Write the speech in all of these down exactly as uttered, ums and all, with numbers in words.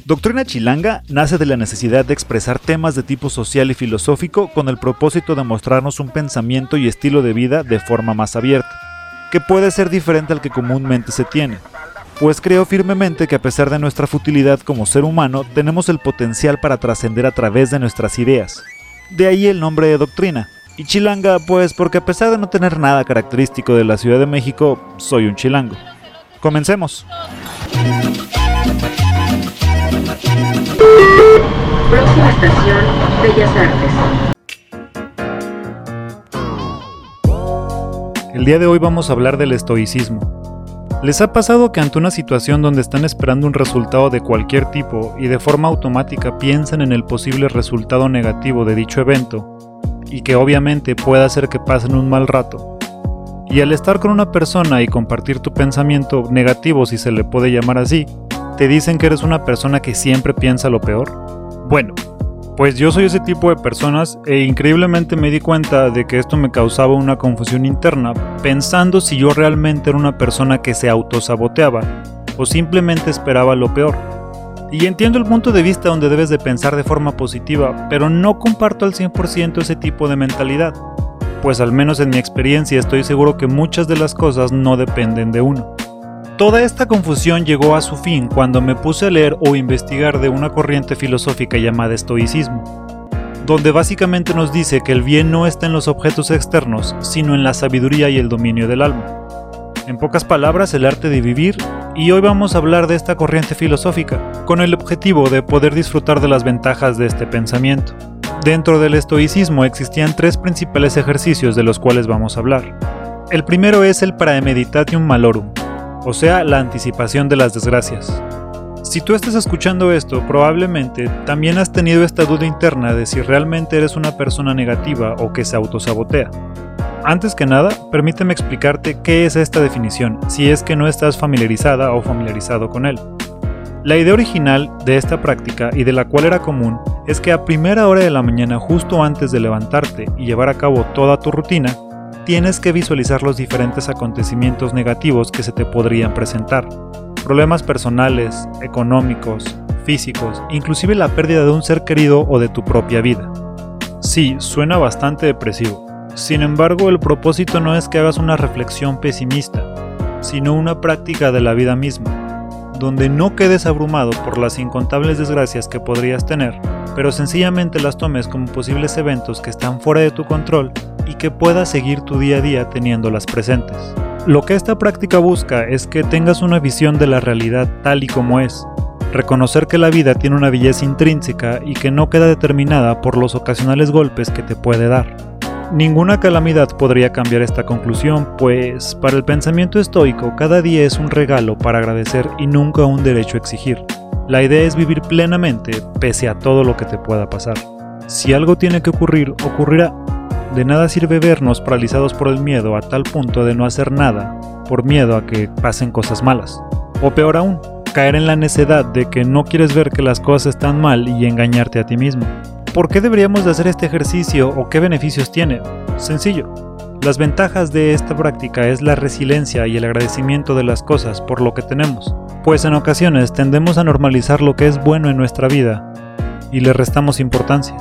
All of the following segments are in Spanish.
Doctrina Chilanga nace de la necesidad de expresar temas de tipo social y filosófico con el propósito de mostrarnos un pensamiento y estilo de vida de forma más abierta, que puede ser diferente al que comúnmente se tiene, pues creo firmemente que a pesar de nuestra futilidad como ser humano, tenemos el potencial para trascender a través de nuestras ideas. De ahí el nombre de Doctrina. Y Chilanga, pues porque a pesar de no tener nada característico de la Ciudad de México, soy un chilango. Comencemos. Próxima estación, Bellas Artes. El día de hoy vamos a hablar del estoicismo. ¿Les ha pasado que ante una situación donde están esperando un resultado de cualquier tipo y de forma automática piensan en el posible resultado negativo de dicho evento y que obviamente puede hacer que pasen un mal rato? Y al estar con una persona y compartir tu pensamiento negativo, si se le puede llamar así, ¿te dicen que eres una persona que siempre piensa lo peor? Bueno, pues yo soy ese tipo de personas e increíblemente me di cuenta de que esto me causaba una confusión interna, pensando si yo realmente era una persona que se autosaboteaba o simplemente esperaba lo peor. Y entiendo el punto de vista donde debes de pensar de forma positiva, pero no comparto al cien por ciento ese tipo de mentalidad, pues al menos en mi experiencia estoy seguro que muchas de las cosas no dependen de uno. Toda esta confusión llegó a su fin cuando me puse a leer o investigar de una corriente filosófica llamada estoicismo, donde básicamente nos dice que el bien no está en los objetos externos, sino en la sabiduría y el dominio del alma. En pocas palabras, el arte de vivir, y hoy vamos a hablar de esta corriente filosófica, con el objetivo de poder disfrutar de las ventajas de este pensamiento. Dentro del estoicismo existían tres principales ejercicios de los cuales vamos a hablar. El primero es el praemeditatio malorum, o sea, la anticipación de las desgracias. Si tú estás escuchando esto, probablemente también has tenido esta duda interna de si realmente eres una persona negativa o que se autosabotea. Antes que nada, permíteme explicarte qué es esta definición, si es que no estás familiarizada o familiarizado con él. La idea original de esta práctica y de la cual era común es que a primera hora de la mañana, justo antes de levantarte y llevar a cabo toda tu rutina, tienes que visualizar los diferentes acontecimientos negativos que se te podrían presentar. Problemas personales, económicos, físicos, inclusive la pérdida de un ser querido o de tu propia vida. Sí, suena bastante depresivo. Sin embargo, el propósito no es que hagas una reflexión pesimista, sino una práctica de la vida misma, donde no quedes abrumado por las incontables desgracias que podrías tener, pero sencillamente las tomes como posibles eventos que están fuera de tu control y que puedas seguir tu día a día teniéndolas presentes. Lo que esta práctica busca es que tengas una visión de la realidad tal y como es, reconocer que la vida tiene una belleza intrínseca y que no queda determinada por los ocasionales golpes que te puede dar. Ninguna calamidad podría cambiar esta conclusión, pues para el pensamiento estoico cada día es un regalo para agradecer y nunca un derecho a exigir. La idea es vivir plenamente pese a todo lo que te pueda pasar. Si algo tiene que ocurrir, ocurrirá. De nada sirve vernos paralizados por el miedo a tal punto de no hacer nada, por miedo a que pasen cosas malas. O peor aún, caer en la necedad de que no quieres ver que las cosas están mal y engañarte a ti mismo. ¿Por qué deberíamos de hacer este ejercicio o qué beneficios tiene? Sencillo. Las ventajas de esta práctica es la resiliencia y el agradecimiento de las cosas por lo que tenemos, pues en ocasiones tendemos a normalizar lo que es bueno en nuestra vida y le restamos importancia.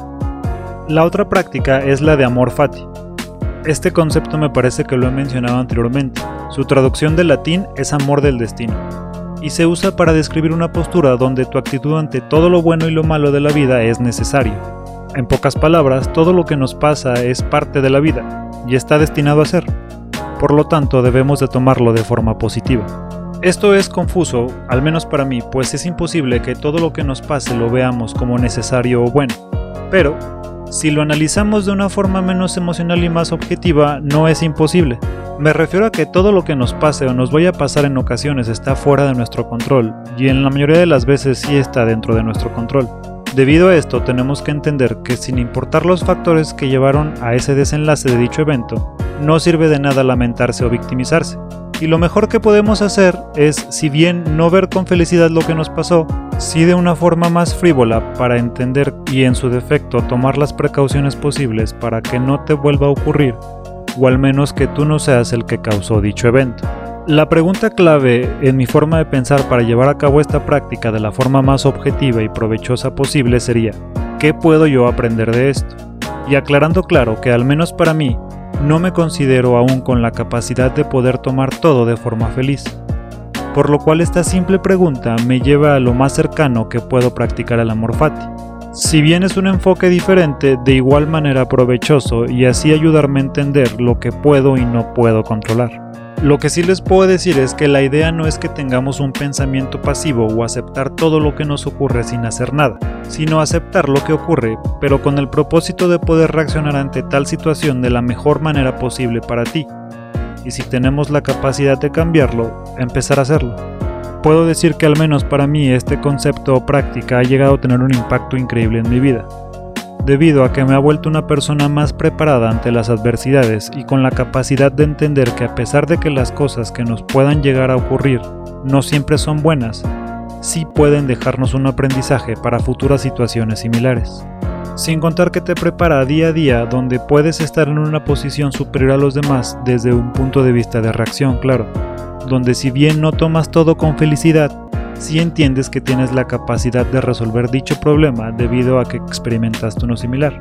La otra práctica es la de amor fati. Este concepto me parece que lo he mencionado anteriormente. Su traducción del latín es amor del destino, y se usa para describir una postura donde tu actitud ante todo lo bueno y lo malo de la vida es necesario. En pocas palabras, todo lo que nos pasa es parte de la vida, y está destinado a ser. Por lo tanto, debemos de tomarlo de forma positiva. Esto es confuso, al menos para mí, pues es imposible que todo lo que nos pase lo veamos como necesario o bueno. Pero, si lo analizamos de una forma menos emocional y más objetiva, no es imposible. Me refiero a que todo lo que nos pase o nos vaya a pasar en ocasiones está fuera de nuestro control, y en la mayoría de las veces sí está dentro de nuestro control. Debido a esto, tenemos que entender que sin importar los factores que llevaron a ese desenlace de dicho evento, no sirve de nada lamentarse o victimizarse. Y lo mejor que podemos hacer es, si bien no ver con felicidad lo que nos pasó, sí de una forma más frívola para entender y en su defecto tomar las precauciones posibles para que no te vuelva a ocurrir, o al menos que tú no seas el que causó dicho evento. La pregunta clave en mi forma de pensar para llevar a cabo esta práctica de la forma más objetiva y provechosa posible sería: ¿qué puedo yo aprender de esto? Y aclarando claro que al menos para mí, no me considero aún con la capacidad de poder tomar todo de forma feliz. Por lo cual esta simple pregunta me lleva a lo más cercano que puedo practicar el amor fati. Si bien es un enfoque diferente, de igual manera provechoso y así ayudarme a entender lo que puedo y no puedo controlar. Lo que sí les puedo decir es que la idea no es que tengamos un pensamiento pasivo o aceptar todo lo que nos ocurre sin hacer nada, sino aceptar lo que ocurre, pero con el propósito de poder reaccionar ante tal situación de la mejor manera posible para ti. Y si tenemos la capacidad de cambiarlo, empezar a hacerlo. Puedo decir que al menos para mí este concepto o práctica ha llegado a tener un impacto increíble en mi vida, debido a que me ha vuelto una persona más preparada ante las adversidades y con la capacidad de entender que a pesar de que las cosas que nos puedan llegar a ocurrir no siempre son buenas, sí pueden dejarnos un aprendizaje para futuras situaciones similares. Sin contar que te prepara día a día donde puedes estar en una posición superior a los demás desde un punto de vista de reacción, claro, donde si bien no tomas todo con felicidad, sí entiendes que tienes la capacidad de resolver dicho problema debido a que experimentaste uno similar.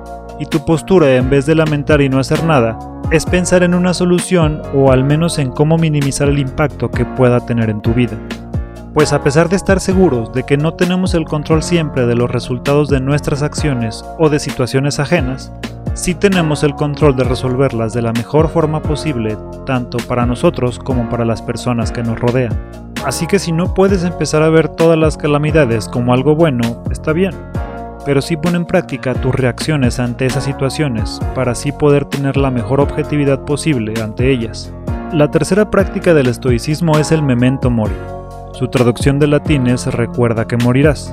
Y tu postura, en vez de lamentar y no hacer nada, es pensar en una solución o al menos en cómo minimizar el impacto que pueda tener en tu vida. Pues a pesar de estar seguros de que no tenemos el control siempre de los resultados de nuestras acciones o de situaciones ajenas, sí tenemos el control de resolverlas de la mejor forma posible, tanto para nosotros como para las personas que nos rodean. Así que si no puedes empezar a ver todas las calamidades como algo bueno, está bien, pero sí pon en práctica tus reacciones ante esas situaciones para así poder tener la mejor objetividad posible ante ellas. La tercera práctica del estoicismo es el memento mori. Su traducción del latín es recuerda que morirás.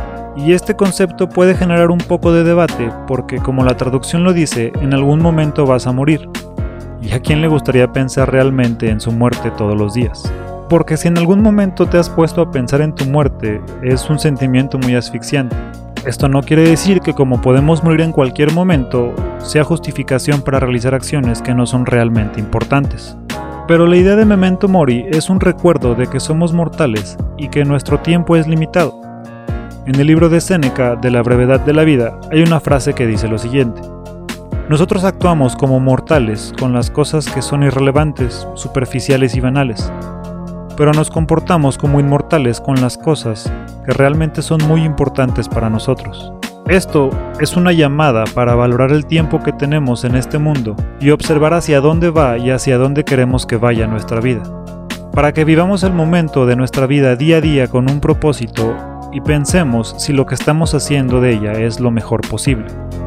Y este concepto puede generar un poco de debate porque, como la traducción lo dice, en algún momento vas a morir. ¿Y a quién le gustaría pensar realmente en su muerte todos los días? Porque si en algún momento te has puesto a pensar en tu muerte, es un sentimiento muy asfixiante. Esto no quiere decir que como podemos morir en cualquier momento, sea justificación para realizar acciones que no son realmente importantes. Pero la idea de memento mori es un recuerdo de que somos mortales y que nuestro tiempo es limitado. En el libro de Séneca, de la brevedad de la vida, hay una frase que dice lo siguiente: nosotros actuamos como mortales con las cosas que son irrelevantes, superficiales y banales, pero nos comportamos como inmortales con las cosas que realmente son muy importantes para nosotros. Esto es una llamada para valorar el tiempo que tenemos en este mundo y observar hacia dónde va y hacia dónde queremos que vaya nuestra vida, para que vivamos el momento de nuestra vida día a día con un propósito y pensemos si lo que estamos haciendo de ella es lo mejor posible.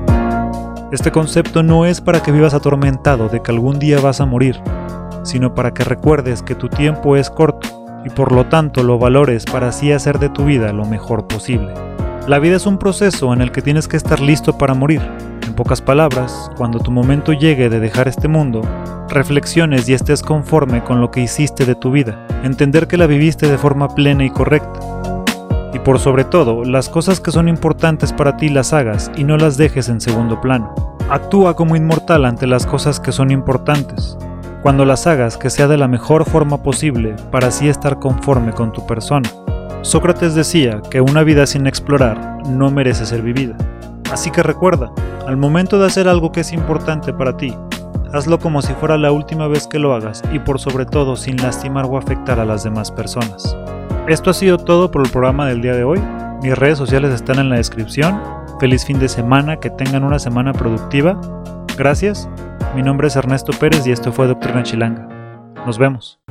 Este concepto no es para que vivas atormentado de que algún día vas a morir, sino para que recuerdes que tu tiempo es corto y por lo tanto lo valores para así hacer de tu vida lo mejor posible. La vida es un proceso en el que tienes que estar listo para morir. En pocas palabras, cuando tu momento llegue de dejar este mundo, reflexiones y estés conforme con lo que hiciste de tu vida, entender que la viviste de forma plena y correcta. Y por sobre todo, las cosas que son importantes para ti las hagas y no las dejes en segundo plano. Actúa como inmortal ante las cosas que son importantes. Cuando las hagas, que sea de la mejor forma posible para así estar conforme con tu persona. Sócrates decía que una vida sin explorar no merece ser vivida. Así que recuerda, al momento de hacer algo que es importante para ti, hazlo como si fuera la última vez que lo hagas y por sobre todo sin lastimar o afectar a las demás personas. Esto ha sido todo por el programa del día de hoy. Mis redes sociales están en la descripción. Feliz fin de semana, que tengan una semana productiva. Gracias. Mi nombre es Ernesto Pérez y esto fue Doctrina Chilanga. Nos vemos.